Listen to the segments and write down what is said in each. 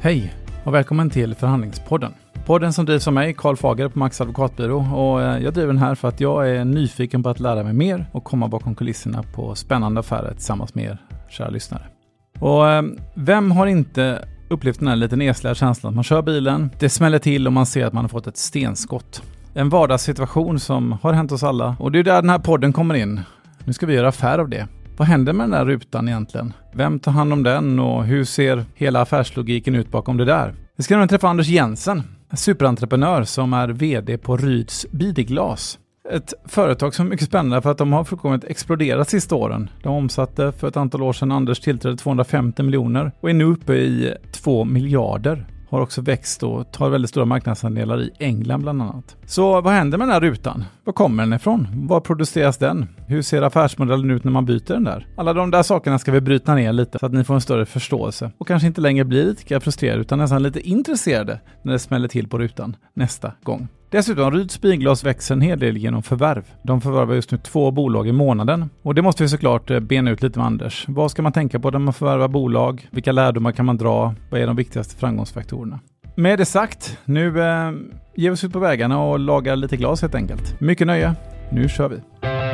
Hej och välkommen till Förhandlingspodden. Podden som drivs av mig, Carl Fager på Max Advokatbyrå, och jag driver den här för att jag är nyfiken på att lära mig mer och komma bakom kulisserna på spännande affärer tillsammans med er, kära lyssnare. Och vem har inte upplevt den här lite nesliga känslan att man kör bilen, det smäller till och man ser att man har fått ett stenskott. En vardagssituation som har hänt oss alla, och det är där den här podden kommer in. Nu ska vi göra affär av det. Vad händer med den där rutan egentligen? Vem tar hand om den och hur ser hela affärslogiken ut bakom det där? Vi ska nu träffa Anders Jensen, en superentreprenör som är vd på Ryds Bilglas. Ett företag som är mycket spännande för att de har fullkomligt exploderat sista åren. De omsatte för ett antal år sedan Anders tillträdde 250 miljoner och är nu uppe i 2 miljarder. Har också växt och tar väldigt stora marknadsandelar i England bland annat. Så vad händer med den här rutan? Var kommer den ifrån? Var produceras den? Hur ser affärsmodellen ut när man byter den där? Alla de där sakerna ska vi bryta ner lite så att ni får en större förståelse. Och kanske inte längre blir lite frustrerade utan nästan lite intresserade när det smäller till på rutan nästa gång. Dessutom, Ryds Bilglas växer en hel del genom förvärv. De förvärvar just nu 2 bolag i månaden. Och det måste vi såklart bena ut lite med Anders. Vad ska man tänka på när man förvärvar bolag? Vilka lärdomar kan man dra? Vad är de viktigaste framgångsfaktorerna? Med det sagt, nu ger vi oss ut på vägarna och lagar lite glas helt enkelt. Mycket nöje, nu kör vi!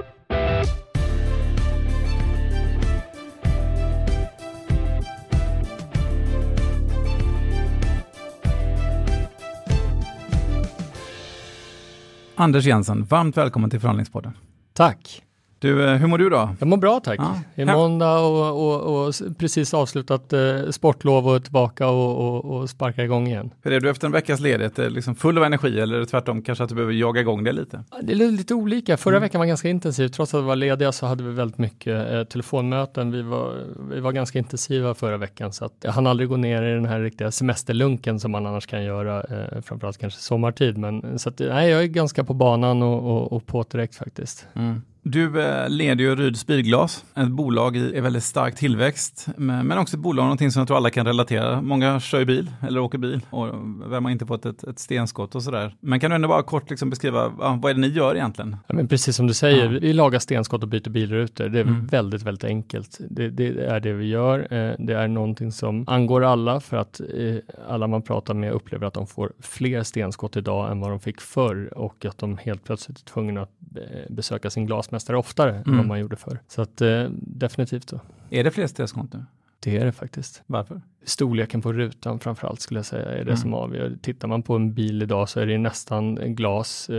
Anders Jensen, varmt välkommen till Förhandlingspodden. Tack. Du, hur mår du då? Jag mår bra, tack. Ja. Det är måndag och precis avslutat sportlov och tillbaka och sparka igång igen. Hur är du efter en veckas ledighet? Är det liksom full av energi eller är det tvärtom kanske att du behöver jaga igång det lite? Det är lite olika. Förra veckan var ganska intensiv. Trots att vi var lediga så hade vi väldigt mycket telefonmöten. Vi var ganska intensiva förra veckan så att jag hann aldrig gå ner i den här riktiga semesterlunken som man annars kan göra, framförallt kanske sommartid. Men så att, nej, jag är ganska på banan och på direkt faktiskt. Mm. Du leder ju Ryds Bilglas, ett bolag i väldigt stark tillväxt, men också ett bolag, någonting som jag tror alla kan relatera. Många kör bil eller åker bil och vem har inte fått ett stenskott och sådär. Men kan du ändå bara kort liksom beskriva, vad är det ni gör egentligen? Ja, men precis som du säger, vi lagar stenskott och byter bilrutor. Det är väldigt, väldigt enkelt. Det är det vi gör. Det är någonting som angår alla för att alla man pratar med upplever att de får fler stenskott idag än vad de fick förr och att de helt plötsligt är tvungna att besöka sin glasmästare oftare än vad man gjorde förr. Så att definitivt då. Är det fler stenskott nu? Det är det faktiskt. Varför? Storleken på rutan framförallt skulle jag säga är det som avgör. Tittar man på en bil idag så är det nästan glas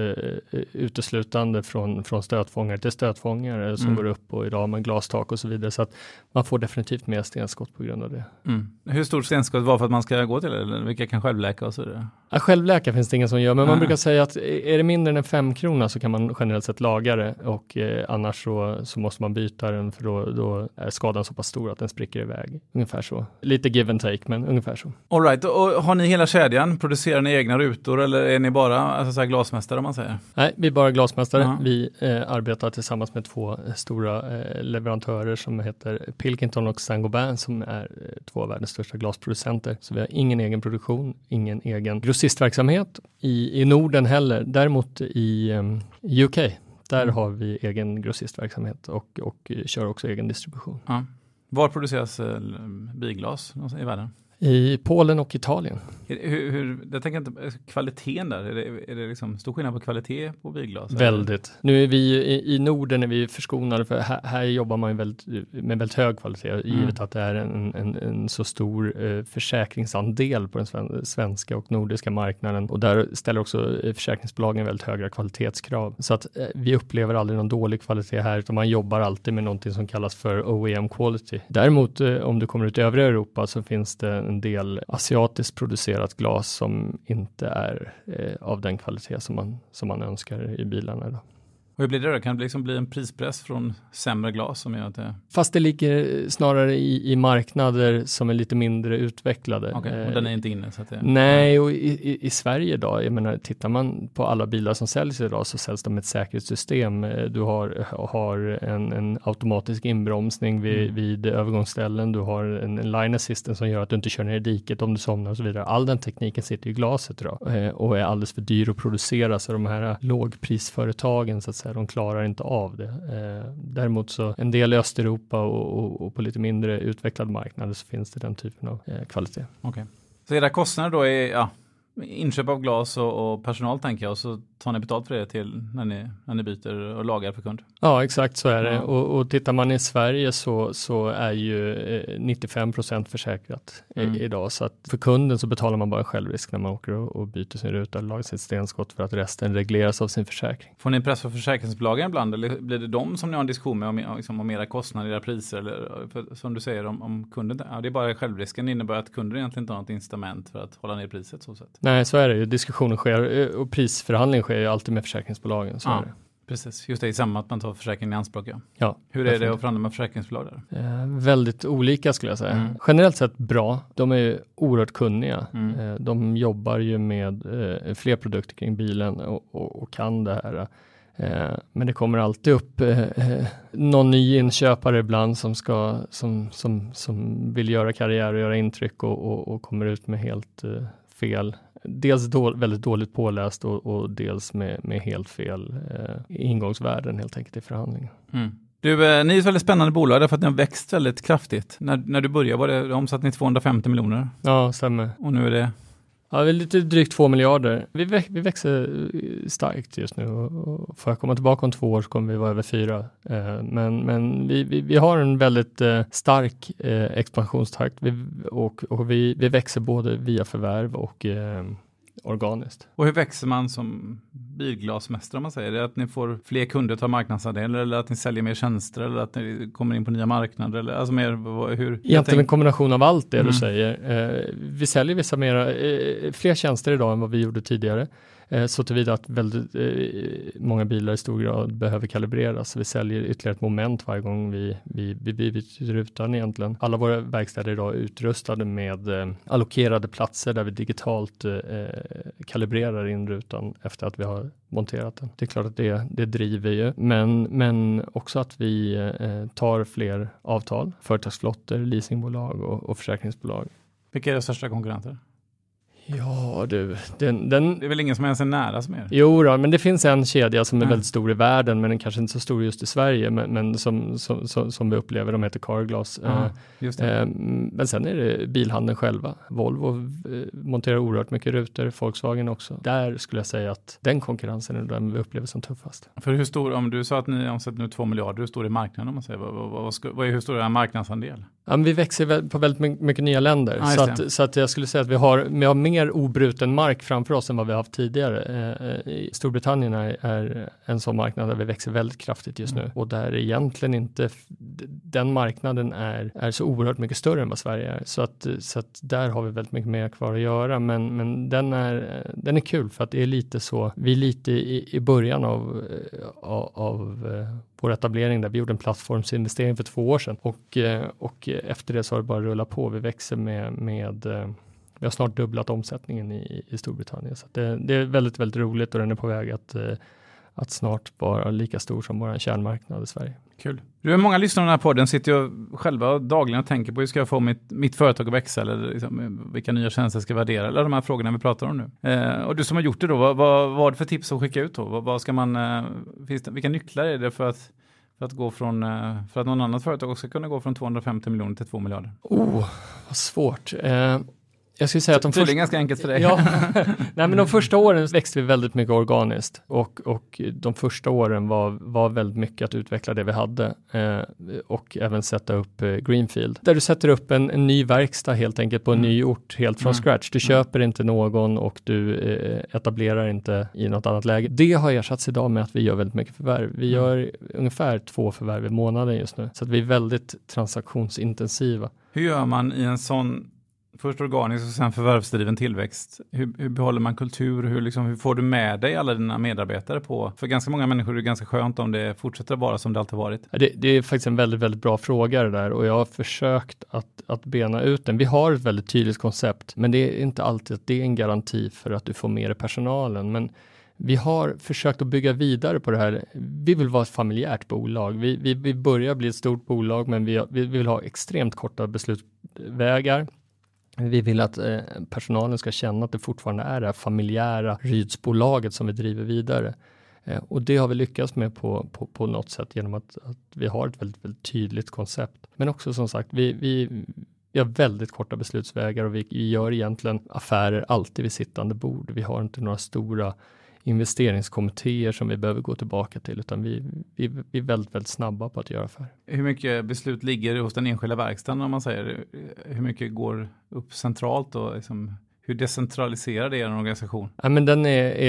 uteslutande från stötfångare till stötfångare som går upp och idag har man glastak och så vidare. Så att man får definitivt mer stenskott på grund av det. Hur stort stenskott var för att man ska gå till det? Eller vilka kan självläka och så vidare? Ja, självläka finns det ingen som gör. Men man brukar säga att är det mindre än 5 kronor så kan man generellt sett laga det. Och annars så måste man byta den för då är skadan så pass stor att den spricker iväg. Ungefär så. Lite give and take, men ungefär så. All right. Och har ni hela kedjan? Producerar ni egna rutor eller är ni bara så här glasmästare om man säger? Nej, vi är bara glasmästare. Vi arbetar tillsammans med 2 stora leverantörer som heter Pilkington och Saint-Gobain som är 2 av världens största glasproducenter. Så vi har ingen egen produktion, ingen egen grossistverksamhet i Norden heller. Däremot i UK, där har vi egen grossistverksamhet och kör också egen distribution. Ja. Var produceras bilglas i världen? I Polen och Italien. Jag tänker inte kvaliteten där. Är det liksom stor skillnad på kvalitet på bilglas? Väldigt. Nu är vi i Norden är vi förskonade för här jobbar man ju med väldigt hög kvalitet givet att det är en så stor försäkringsandel på den svenska och nordiska marknaden och där ställer också försäkringsbolagen väldigt höga kvalitetskrav. Så att vi upplever aldrig någon dålig kvalitet här utan man jobbar alltid med någonting som kallas för OEM quality. Däremot om du kommer ut i övriga Europa så finns det en del asiatiskt producerat glas som inte är av den kvalitet som man önskar i bilarna idag. Och hur blir det då? Kan det liksom bli en prispress från sämre glas som gör att det... Fast det ligger snarare i marknader som är lite mindre utvecklade. Okej, och den är inte inne så att det... Nej, och i Sverige idag, jag menar, tittar man på alla bilar som säljs idag så säljs de med ett säkerhetssystem. Du har en automatisk inbromsning vid övergångsställen. Du har en line assistant som gör att du inte kör ner i diket om du somnar och så vidare. All den tekniken sitter i glaset idag och är alldeles för dyr att producera så de här lågprisföretagen så att säga, de klarar inte av det. Däremot så en del i Östeuropa och på lite mindre utvecklade marknader så finns det den typen av kvalitet. Okej. Så era kostnader då är inköp av glas och personal tänker jag, och så tar ni betalt för det till när ni byter och lagar för kund? Ja, exakt så är det. Och tittar man i Sverige så är ju 95% försäkrat idag. Så att för kunden så betalar man bara självrisk när man åker och byter sin ruta eller lagar sitt stenskott, för att resten regleras av sin försäkring. Får ni press för försäkringsbolagen ibland, eller blir det de som ni har en diskussion med om era kostnader, era priser, eller för, som du säger om kunden? Ja, det är bara självrisken, innebär att kunden egentligen inte har något incitament för att hålla ner priset så sätt. Nej, så är det ju. Diskussionen sker och prisförhandling sker ju alltid med försäkringsbolagen. Så är det. Precis. Just det, i samma att man tar försäkringen i anspråk. Ja, hur är det att förhandla med försäkringsbolag där? Väldigt olika skulle jag säga. Generellt sett bra. De är ju oerhört kunniga. De jobbar ju med fler produkter kring bilen och kan det här. Men det kommer alltid upp någon ny inköpare ibland som vill göra karriär och göra intryck och kommer ut med helt fel. Dels väldigt dåligt påläst och dels med helt fel ingångsvärden helt enkelt i förhandlingen. Du, ni är ett väldigt spännande bolag därför att ni har växt väldigt kraftigt. När du började var det omsatt ni 250 miljoner. Ja, stämmer. Och nu är det? Ja, vi är lite drygt 2 miljarder. Vi växer starkt just nu och får jag komma tillbaka om 2 år så kommer vi vara över 4. Men vi har en väldigt stark expansionstakt och vi växer både via förvärv och organiskt. Och hur växer man som bilglasmästare om man säger? Är det att ni får fler kunder att ta marknadsandelar, eller att ni säljer mer tjänster, eller att ni kommer in på nya marknader, eller alltså mer hur? Egentligen en kombination av allt det du säger. Vi säljer fler tjänster idag än vad vi gjorde tidigare. Så tillvida att väldigt många bilar i stor grad behöver kalibreras. Vi säljer ytterligare ett moment varje gång vi byter rutan egentligen. Alla våra verkstäder idag är utrustade med allokerade platser där vi digitalt kalibrerar in rutan efter att vi har monterat den. Det är klart att det driver ju. Men också att vi tar fler avtal. Företagsflotter, leasingbolag och försäkringsbolag. Vilka är de största konkurrenter? Ja du, det är väl ingen som ens är nära som er? Jo då, men det finns en kedja som är väldigt stor i världen, men den kanske inte så stor just i Sverige, men som vi upplever, de heter Carglass. Just det. Men sen är det bilhandeln själva. Volvo monterar oerhört mycket rutor, Volkswagen också. Där skulle jag säga att den konkurrensen är den vi upplever som tuffast. För hur stor, om du sa att ni omsätter nu 2 miljarder, hur stor är marknaden om man säger? Hur stor är marknadsandel? Ja, men vi växer på väldigt mycket nya länder. Så att jag skulle säga att vi har mer obruten mark framför oss än vad vi har haft tidigare. Storbritannien är en sån marknad där vi växer väldigt kraftigt just nu. Och där egentligen inte den marknaden är så oerhört mycket större än vad Sverige är. Så att där har vi väldigt mycket mer kvar att göra. Men den är kul för att det är lite så. Vi är lite i början av vår etablering där vi gjorde en plattformsinvestering för 2 år sedan. Och efter det så har det bara rullat på. Vi växer med vi har snart dubblat omsättningen i Storbritannien. Så det är väldigt, väldigt roligt och den är på väg att snart vara lika stor som vår kärnmarknad i Sverige. Kul. Du, många lyssnare på den här podden sitter ju själva dagligen och tänker på hur ska jag få mitt företag att växa, eller liksom, vilka nya tjänster ska jag värdera, eller de här frågorna vi pratar om nu. Och du som har gjort det då, vad var det för tips att skicka ut då? Vad ska man, vilka nycklar är det för att gå från, för att någon annat företag ska kunna gå från 250 miljoner till 2 miljarder? Vad svårt. Jag skulle säga att det är ganska enkelt för dig. Ja. Nej, men de första åren växte vi väldigt mycket organiskt och de första åren var väldigt mycket att utveckla det vi hade och även sätta upp Greenfield. Där du sätter upp en ny verkstad helt enkelt på en ny ort helt från scratch. Du köper inte någon och du etablerar inte i något annat läge. Det har ersatts idag med att vi gör väldigt mycket förvärv. Vi gör ungefär 2 förvärv i månaden just nu. Så att vi är väldigt transaktionsintensiva. Hur gör man i en sån först organisk och sen förvärvsdriven tillväxt? Hur behåller man kultur? Hur får du med dig alla dina medarbetare på? För ganska många människor är det ganska skönt om det fortsätter vara som det alltid varit. Det är faktiskt en väldigt, väldigt bra fråga det där, och jag har försökt att bena ut den. Vi har ett väldigt tydligt koncept, men det är inte alltid att det är en garanti för att du får mer i personalen. Men vi har försökt att bygga vidare på det här. Vi vill vara ett familjärt bolag. Vi börjar bli ett stort bolag, men vi vill ha extremt korta beslutsvägar. Vi vill att personalen ska känna att det fortfarande är det här familjära Rydsbolaget som vi driver vidare. Och det har vi lyckats med på något sätt genom att vi har ett väldigt, väldigt tydligt koncept. Men också som sagt, vi Vi har väldigt korta beslutsvägar och vi gör egentligen affärer alltid vid sittande bord. Vi har inte några stora investeringskommittéer som vi behöver gå tillbaka till, utan vi är väldigt, väldigt snabba på att göra affärer. Hur mycket beslut ligger hos den enskilda verkstaden, om man säger? Hur mycket går upp centralt och liksom, hur decentraliserad är en organisation? Ja, men den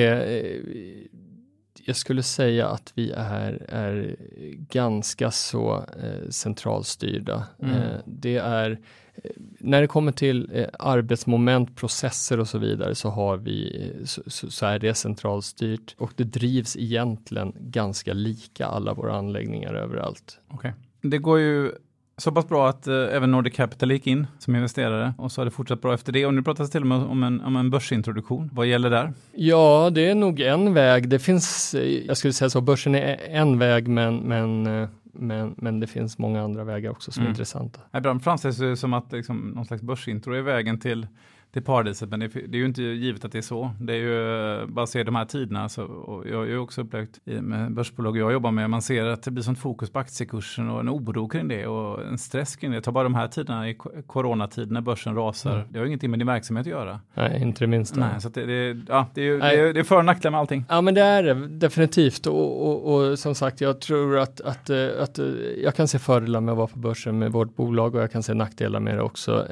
jag skulle säga att vi är ganska så centralstyrda. Det är när det kommer till arbetsmoment, processer och så vidare, så har vi så är det centralstyrt, och det drivs egentligen ganska lika alla våra anläggningar överallt. Okej. Det går ju så pass bra att även Nordic Capital gick in som investerare, och så har det fortsatt bra efter det, och nu pratas det till och med om en börsintroduktion. Vad gäller där? Ja, det är nog en väg. Det finns, jag skulle säga så, börsen är en väg, men det finns många andra vägar också som är intressanta. Ibland framställs det som att liksom, någon slags börsintro är vägen till paradiset, men det är ju inte givet att det är så. Det är ju bara att se de här tiderna. Och jag är också upplevt med börsbolag jag jobbar med. Man ser att det blir sånt fokus på aktiekursen och en oro kring det och en stress kring det. Ta bara de här tiderna i coronatiden när börsen rasar. Det har ingenting med din verksamhet att göra. Nej, inte det minsta. Nej, så det är för och nackdelar med allting. Ja, men det är det definitivt. Och som sagt, jag tror att jag kan se fördelar med att vara på börsen med vårt bolag, och jag kan se nackdelar med det också.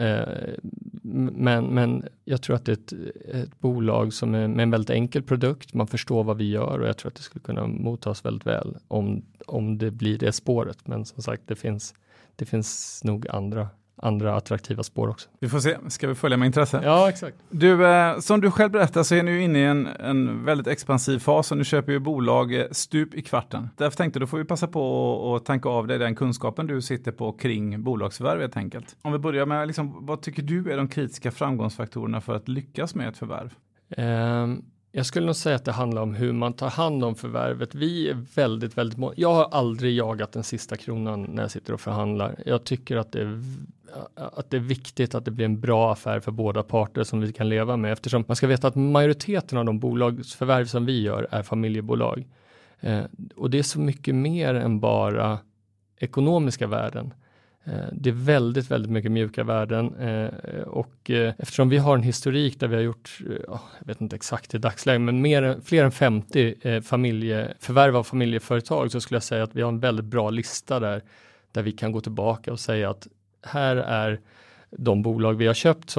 Men jag tror att det är ett bolag som är med en väldigt enkel produkt. Man förstår vad vi gör, och jag tror att det skulle kunna mottas väldigt väl om det blir det spåret. Men som sagt, det finns nog andra attraktiva spår också. Vi får se, ska vi följa med intresse? Ja, exakt. Du, som du själv berättar så är ni ju inne i en väldigt expansiv fas, och nu köper ju bolag stup i kvarten. Därför tänkte då får vi passa på att tanka av dig den kunskapen du sitter på kring bolagsförvärv helt enkelt. Om vi börjar med, liksom, vad tycker du är de kritiska framgångsfaktorerna för att lyckas med ett förvärv? Jag skulle nog säga att det handlar om hur man tar hand om förvärvet. Vi är väldigt, väldigt jag har aldrig jagat den sista kronan när jag sitter och förhandlar. Jag tycker att det är viktigt att det blir en bra affär för båda parter som vi kan leva med. Eftersom man ska veta att majoriteten av de bolagsförvärv som vi gör är familjebolag. Och det är så mycket mer än bara ekonomiska värden. Det är väldigt, väldigt mycket mjuka värden, och eftersom vi har en historik där vi har gjort, jag vet inte exakt i dagsläget, men fler än 50 förvärv av familjeföretag, så skulle jag säga att vi har en väldigt bra lista där vi kan gå tillbaka och säga att här är de bolag vi har köpt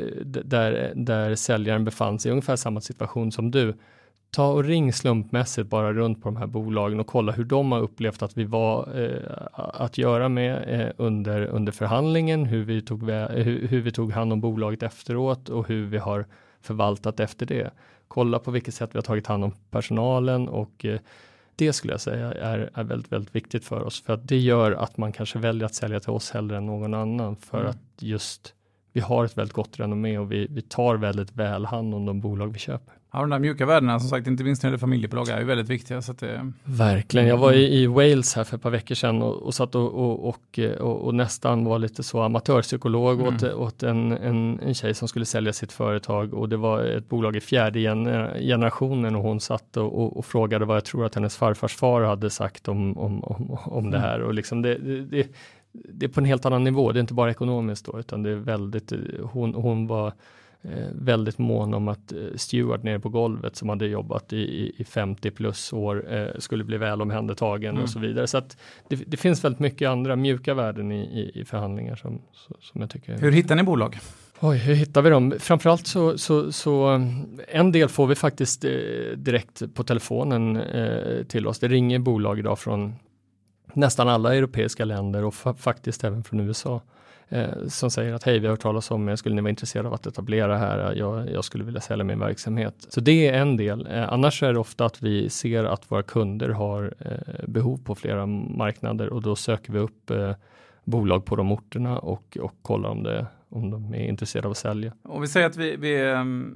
där säljaren befann sig i ungefär samma situation som du. Ta och ring slumpmässigt bara runt på de här bolagen och kolla hur de har upplevt att vi var att göra med under förhandlingen, hur vi tog hand om bolaget efteråt och hur vi har förvaltat efter det. Kolla på vilket sätt vi har tagit hand om personalen, och det skulle jag säga är väldigt, väldigt viktigt för oss, för att det gör att man kanske väljer att sälja till oss hellre än någon annan, för att just vi har ett väldigt gott renommé och vi tar väldigt väl hand om de bolag vi köper. Ja, de där mjuka värdena, som sagt, inte minst när det är familjebolag, är ju väldigt viktiga. Så att det... Verkligen. Jag var i Wales här för ett par veckor sedan och satt och nästan var lite så amatörpsykolog åt en tjej som skulle sälja sitt företag, och det var ett bolag i 4:e generationen, och hon satt och frågade vad jag tror att hennes farfars far hade sagt om det här, och liksom det är på en helt annan nivå. Det är inte bara ekonomiskt då, utan det är väldigt, hon var väldigt mån om att Stuart nere på golvet som hade jobbat i 50 plus år skulle bli väl omhändertagen och så vidare. Så att det finns väldigt mycket andra mjuka värden i förhandlingar som jag tycker. Hur hittar ni bolag? Oj, hur hittar vi dem? Framförallt så en del får vi faktiskt direkt på telefonen till oss. Det ringer bolag idag från nästan alla europeiska länder och faktiskt även från USA. Som säger att hej, vi har hört talas om er, skulle ni vara intresserade av att etablera här? Jag skulle vilja sälja min verksamhet. Så det är en del. Annars är det ofta att vi ser att våra kunder har behov på flera marknader, och då söker vi upp bolag på de orterna och kollar om de är intresserade av att sälja. Och vi säger att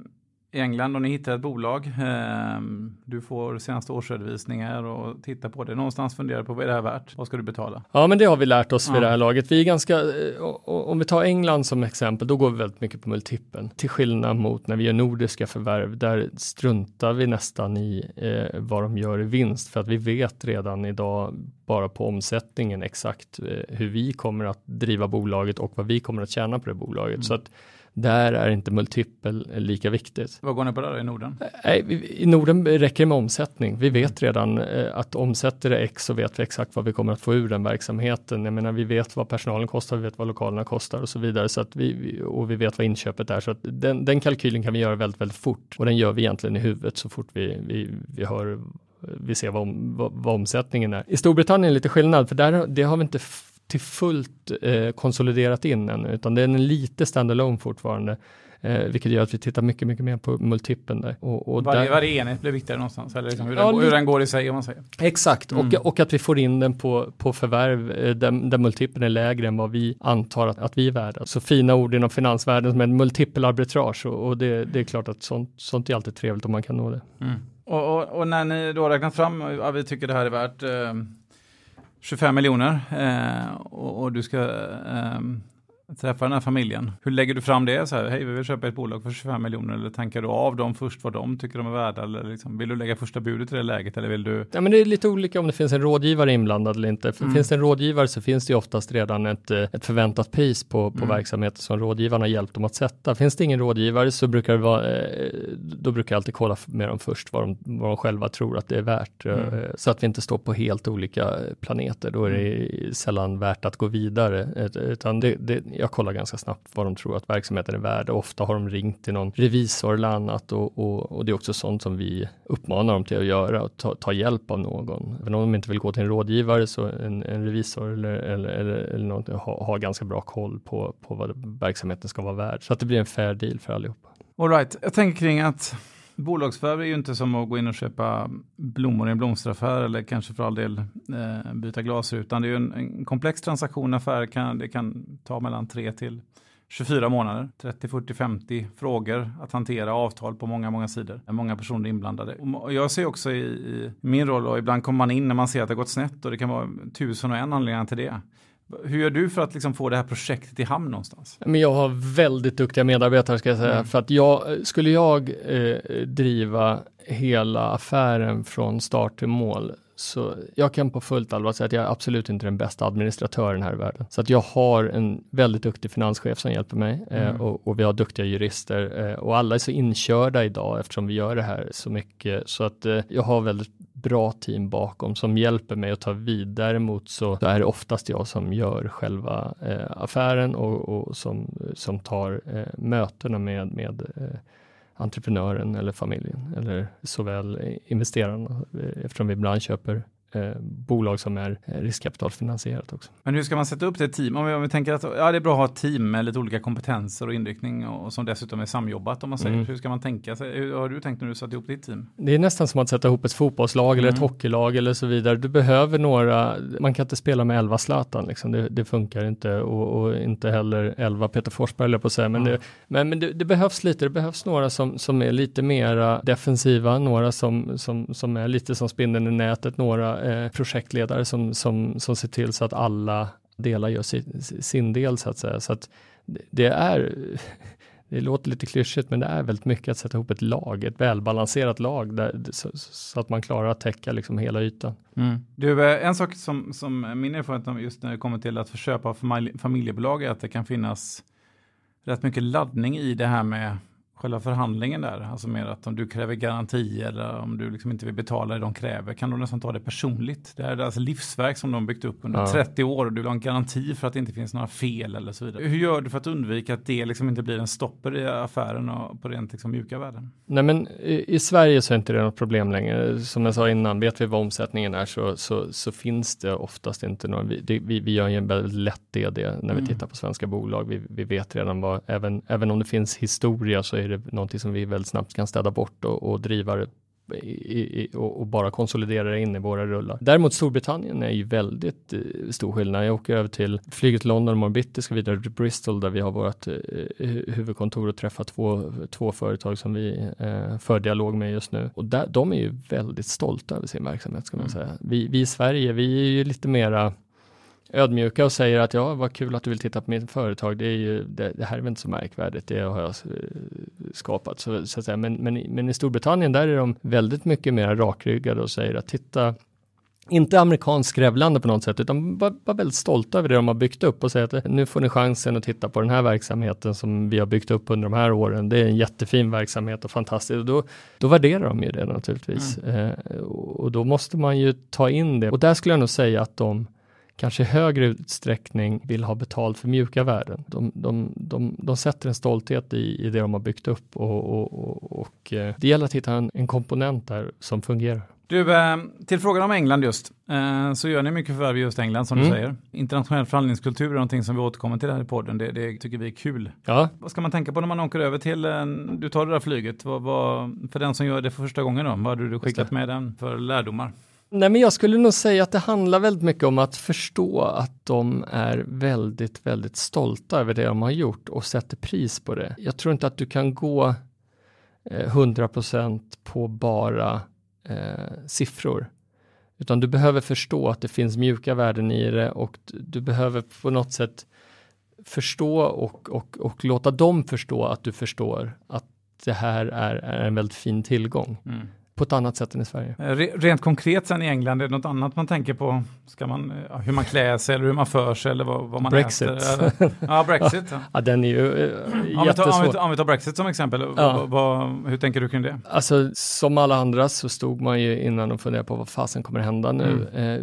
i England och ni hittar ett bolag. Du får senaste årsredovisningar och tittar på det. Någonstans funderar på vad är det här värt? Vad ska du betala? Ja, men det har vi lärt oss vid det här laget. Vi är ganska, om vi tar England som exempel, då går vi väldigt mycket på multipeln. Till skillnad mot när vi gör nordiska förvärv, där struntar vi nästan i vad de gör i vinst. För att vi vet redan idag bara på omsättningen exakt hur vi kommer att driva bolaget och vad vi kommer att tjäna på det bolaget. Så att där är inte multipel lika viktigt. Vad går ni på där i Norden? I Norden räcker det med omsättning. Vi vet redan att omsätter det X så vet vi exakt vad vi kommer att få ur den verksamheten. Jag menar, vi vet vad personalen kostar, vi vet vad lokalerna kostar och så vidare. Så att vi vet vad inköpet är. Så att den kalkylen kan vi göra väldigt, väldigt fort. Och den gör vi egentligen i huvudet så fort vi hör, vi ser vad omsättningen är. I Storbritannien är lite skillnad, för det har vi inte till fullt konsoliderat in än, utan det är en lite standalone fortfarande, vilket gör att vi tittar mycket, mycket mer på multipeln där. Och varje enhet blir viktigare någonstans, eller liksom hur den går i sig, om man säger. Exakt, och att vi får in den på förvärv där multipeln är lägre än vad vi antar att vi är värda. Så fina ord inom finansvärlden som en multipelarbitrage, och det är klart att sånt är alltid trevligt om man kan nå det. Och när ni då räknat fram, vi tycker det här är värt 25 miljoner och du ska träffa den här familjen. Hur lägger du fram det? Så här, hej, vi vill köpa ett bolag för 25 miljoner, eller tänker du av dem först vad de tycker de är värda, eller liksom, vill du lägga första budet i det läget, eller vill du? Ja, men det är lite olika om det finns en rådgivare inblandad eller inte. För finns det en rådgivare så finns det ju oftast redan ett förväntat pris på verksamheten som rådgivarna har hjälpt dem att sätta. Finns det ingen rådgivare så brukar det vara, då brukar jag alltid kolla med dem först vad de själva tror att det är värt. Så att vi inte står på helt olika planeter. Då är det sällan värt att gå vidare. Utan jag kollar ganska snabbt vad de tror att verksamheten är värd. Ofta har de ringt till någon revisor eller annat, och det är också sånt som vi uppmanar dem till att göra, och ta hjälp av någon. Även om de inte vill gå till en rådgivare, så en revisor eller något har ganska bra koll på vad verksamheten ska vara värd. Så att det blir en fair deal för allihopa. All right. Jag tänker kring att bolagsförvärv är ju inte som att gå in och köpa blommor i en blomsteraffär, eller kanske för all del byta glasrutan. Det är ju en komplex transaktionaffär. Det kan ta mellan 3 till 24 månader. 30, 40, 50 frågor att hantera, avtal på många, många sidor. Många personer inblandade. Och jag ser också i min roll, och ibland kommer man in när man ser att det har gått snett, och det kan vara 1001 anledningar till det. Hur gör du för att liksom få det här projektet i hamn någonstans? Men jag har väldigt duktiga medarbetare, ska jag säga. För att skulle jag driva hela affären från start till mål, så jag kan på fullt allvar säga att jag är absolut inte den bästa administratören här i världen. Så att jag har en väldigt duktig finanschef som hjälper mig, och vi har duktiga jurister, och alla är så inkörda idag eftersom vi gör det här så mycket. Så att jag har väldigt bra team bakom som hjälper mig att ta vid. Däremot så är det oftast jag som gör själva affären och som tar mötena med entreprenören eller familjen, eller såväl investerarna, eftersom vi ibland köper bolag som är riskkapitalfinansierat också. Men hur ska man sätta upp det team? Om vi tänker att det är bra att ha ett team med lite olika kompetenser och inriktning, och som dessutom är samjobbat, om man säger. Hur ska man tänka sig? Hur har du tänkt när du satt ihop ditt team? Det är nästan som att sätta ihop ett fotbollslag eller ett hockeylag eller så vidare. Du behöver man kan inte spela med 11 Zlatan liksom. Det funkar inte, och inte heller 11 Peter Forsberg på att säga. Men det behövs lite. Det behövs några som är lite mera defensiva, några som är lite som spindeln i nätet, några projektledare som ser till så att alla delar gör sin del, så att säga. Så att det låter lite klyschigt, men det är väldigt mycket att sätta ihop ett lag, ett välbalanserat lag så att man klarar att täcka liksom hela ytan. Du, en sak som min erfarenhet just när det kommer till att köpa familjebolag är att det kan finnas rätt mycket laddning i det här med själva förhandlingen där, alltså mer att om du kräver garanti eller om du liksom inte vill betala det de kräver, kan de nästan ta det personligt. Det är alltså livsverk som de byggt upp under 30 år, och du vill ha en garanti för att det inte finns några fel eller så vidare. Hur gör du för att undvika att det liksom inte blir en stopper i affären och på rent liksom mjuka värden? Nej, men i Sverige så är inte det något problem längre. Som jag sa innan, vet vi vad omsättningen är så finns det oftast inte någon. Vi gör ju en väldigt lätt DD när vi tittar på svenska bolag. Vi vet redan även om det finns historia, så är det någonting som vi väldigt snabbt kan städa bort och driva det och bara konsolidera in i våra rullar. Däremot Storbritannien är ju väldigt stor skillnad. Jag åker över till flyget London imorgon bitti, ska vidare till Bristol där vi har vårt huvudkontor och träffar två företag som vi för dialog med just nu. Och de är ju väldigt stolta över sin verksamhet, ska man säga. Vi i Sverige, vi är ju lite mera ödmjuka och säger att vad kul att du vill titta på mitt företag. Det är ju, det här är väl inte så märkvärdigt, det har jag skapat. Så att säga. Men i Storbritannien där är de väldigt mycket mer rakryggade och säger att titta, inte amerikansk skrävlande på något sätt, utan bara väldigt stolta över det de har byggt upp och säga att nu får ni chansen att titta på den här verksamheten som vi har byggt upp under de här åren. Det är en jättefin verksamhet och fantastiskt. Och då värderar de ju det naturligtvis. Och då måste man ju ta in det. Och där skulle jag nog säga att de kanske i högre utsträckning vill ha betalt för mjuka värden. De sätter en stolthet i det de har byggt upp och det gäller att hitta en komponent där som fungerar. Du, till frågan om England just, så gör ni mycket förvärv i just England som du säger. Internationell förhandlingskultur är någonting som vi återkommer till här i podden. Det tycker vi är kul. Ja. Vad ska man tänka på när man åker över till, du tar det där flyget, för den som gör det för första gången då, vad har du skickat med den för lärdomar? Nej, men jag skulle nog säga att det handlar väldigt mycket om att förstå att de är väldigt, väldigt stolta över det de har gjort och sätter pris på det. Jag tror inte att du kan gå 100% på bara siffror. Utan du behöver förstå att det finns mjuka värden i det och du behöver på något sätt förstå och låta dem förstå att du förstår att det här är en väldigt fin tillgång. På ett annat sätt än i Sverige. Rent konkret sen i England, är det något annat man tänker på? Ska man, hur man klär sig eller hur man för sig eller vad man Brexit. äter? Ja, Brexit. Ja. Ja, den är ju jättesvår. Om vi tar Brexit som exempel, hur tänker du kring det? Alltså, som alla andra så stod man ju innan och funderade på vad fasen kommer hända nu.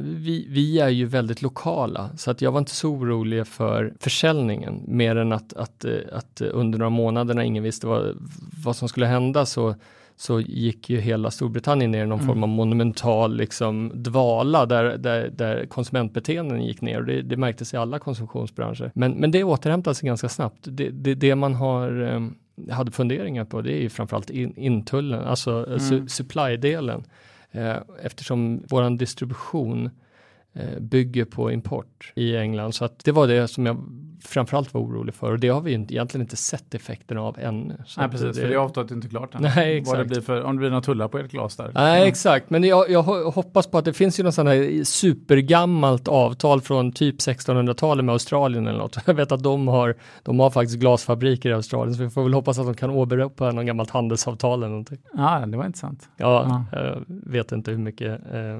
Vi är ju väldigt lokala, så att jag var inte så orolig för försäljningen, mer än att under några månader när ingen visste vad som skulle hända så gick ju hela Storbritannien ner i någon form av monumental liksom dvala där konsumentbeteenden gick ner och det märktes i alla konsumtionsbranscher. Men det återhämtade sig ganska snabbt. Det man hade funderingar på, det är ju framförallt intullen, alltså supply-delen. Eftersom våran distribution bygger på import i England, så att det var det som jag framförallt var orolig för, och det har vi egentligen inte sett effekten av ännu. Så nej, precis, för det avtalet är inte klart än. Nej, exakt. Vad det blir om det blir några tullar på ett glas där. Nej, exakt, men jag hoppas på att det finns ju något sånt här supergammalt avtal från typ 1600-talet med Australien eller något. Jag vet att de har faktiskt glasfabriker i Australien, så vi får väl hoppas att de kan åberopa någon gammalt handelsavtal eller någonting. Ja, det var intressant. Ja, jag vet inte hur mycket,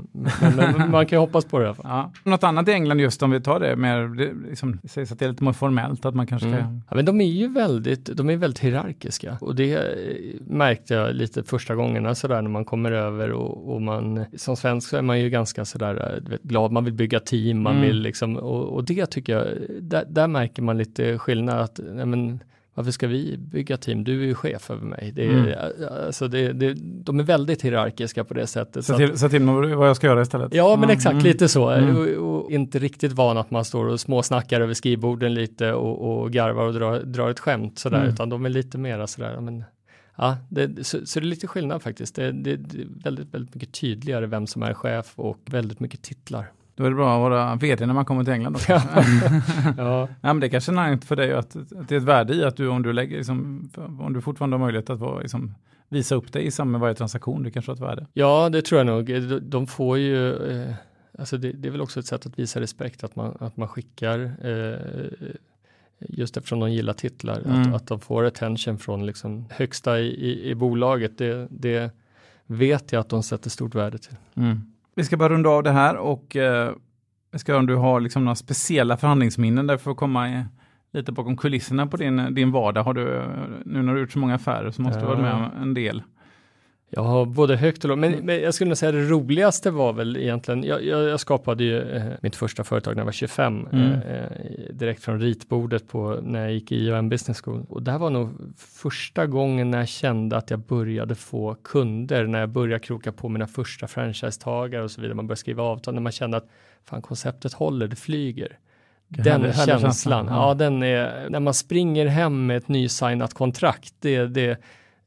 men man kan ju hoppas på det i alla fall. Ja. Något annat i England just om vi tar det mer, liksom, det sägs att det är lite mer formellt att man kanske ska... Ja, men de är ju väldigt hierarkiska, och det märkte jag lite första gångerna sådär när man kommer över och man, som svensk så är man ju ganska sådär glad, man vill bygga team, man vill liksom, och det tycker jag, där märker man lite skillnad att, nej men, varför ska vi bygga team? Du är ju chef över mig. Alltså de är väldigt hierarkiska på det sättet. Så till vad jag ska göra istället. Ja, men exakt, lite så. Och inte riktigt van att man står och småsnackar över skrivborden lite och garvar och drar ett skämt sådär, utan de är lite mera sådär, men ja, så det är lite skillnad faktiskt. Det är väldigt, väldigt mycket tydligare vem som är chef och väldigt mycket titlar. Då är det bra att vara vd när man kommer till England också. Ja, men det är kanske är för dig att det är ett värde i att du, om du lägger liksom, om du fortfarande har möjlighet att vara, liksom, visa upp dig i samband med varje transaktion, det kanske har ett värde. Ja, det tror jag nog. De får ju, alltså det är väl också ett sätt att visa respekt att man skickar, just eftersom de gillar titlar, att de får attention från liksom högsta i bolaget. Det vet jag att de sätter stort värde till. Vi ska bara runda av det här och vi ska, om du har liksom några speciella förhandlingsminnen där för att komma lite bakom kulisserna på din vardag. Har du, nu när du gjort så många affärer så måste du vara med en del. Jag har både högt och lågt, men jag skulle nog säga det roligaste var väl egentligen, jag skapade ju mitt första företag när jag var 25, direkt från ritbordet när jag gick i IOM Business School. Och det här var nog första gången när jag kände att jag började få kunder, när jag började kroka på mina första franchisetagare och så vidare. Man började skriva avtal, när man kände att fan, konceptet håller, det flyger. Den känslan, ja, den är, när man springer hem med ett nysignat kontrakt, det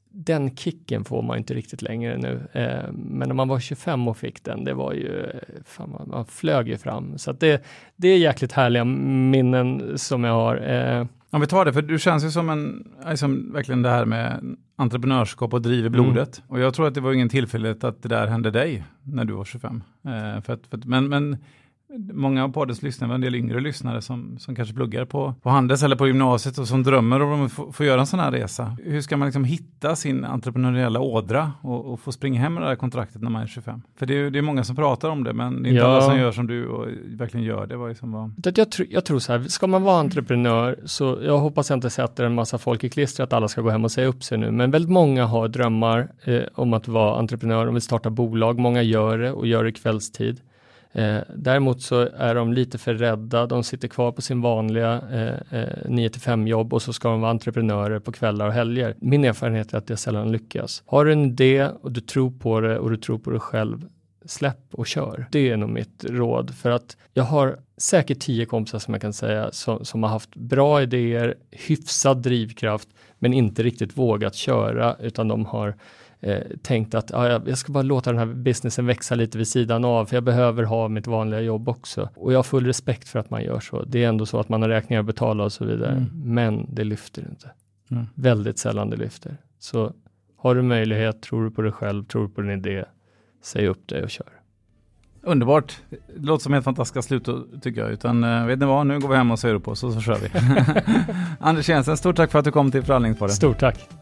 den kicken får man inte riktigt längre nu. Men när man var 25 och fick den, det var ju, man flög ju fram. Så att det är jäkligt härliga minnen som jag har. Om vi tar det, för du känns ju som verkligen det här med entreprenörskap och driv i blodet. Och jag tror att det var ingen tillfällighet att det där hände dig när du var 25. Men många av poddens lyssnare, en del yngre lyssnare som kanske pluggar på Handels eller på gymnasiet och som drömmer om att få göra en sån här resa. Hur ska man liksom hitta sin entreprenöriella ådra och få springa hem med det här kontraktet när man är 25? För det är många som pratar om det, men det är inte alla som gör som du och verkligen gör det. Jag tror så här, ska man vara entreprenör, så jag hoppas jag inte sätter en massa folk i klister att alla ska gå hem och säga upp sig nu, men väldigt många har drömmar om att vara entreprenör, de vill starta bolag, många gör det och gör det kvällstid. Däremot så är de lite för rädda. De sitter kvar på sin vanliga 9-5 jobb och så ska de vara entreprenörer på kvällar och helger. Min erfarenhet är att det sällan lyckas. Har du en idé och du tror på det och du tror på dig själv, släpp och kör. Det är nog mitt råd, för att jag har säkert 10 kompisar som jag kan säga som har haft bra idéer, hyfsad drivkraft, men inte riktigt vågat köra, utan de har tänkt att jag ska bara låta den här businessen växa lite vid sidan av, för jag behöver ha mitt vanliga jobb också. Och jag har full respekt för att man gör så. Det är ändå så att man har räkningar att betala och så vidare. Men det lyfter inte. Väldigt sällan det lyfter. Så har du möjlighet, tror du på dig själv, tror du på din idé, säg upp dig och kör. Underbart. Det låter som ett fantastiskt slut tycker jag. Utan vet ni vad, nu går vi hem och ser upp oss och så kör vi. Anders Jensen, stort tack för att du kom till Förhandlingspodden. Stort tack.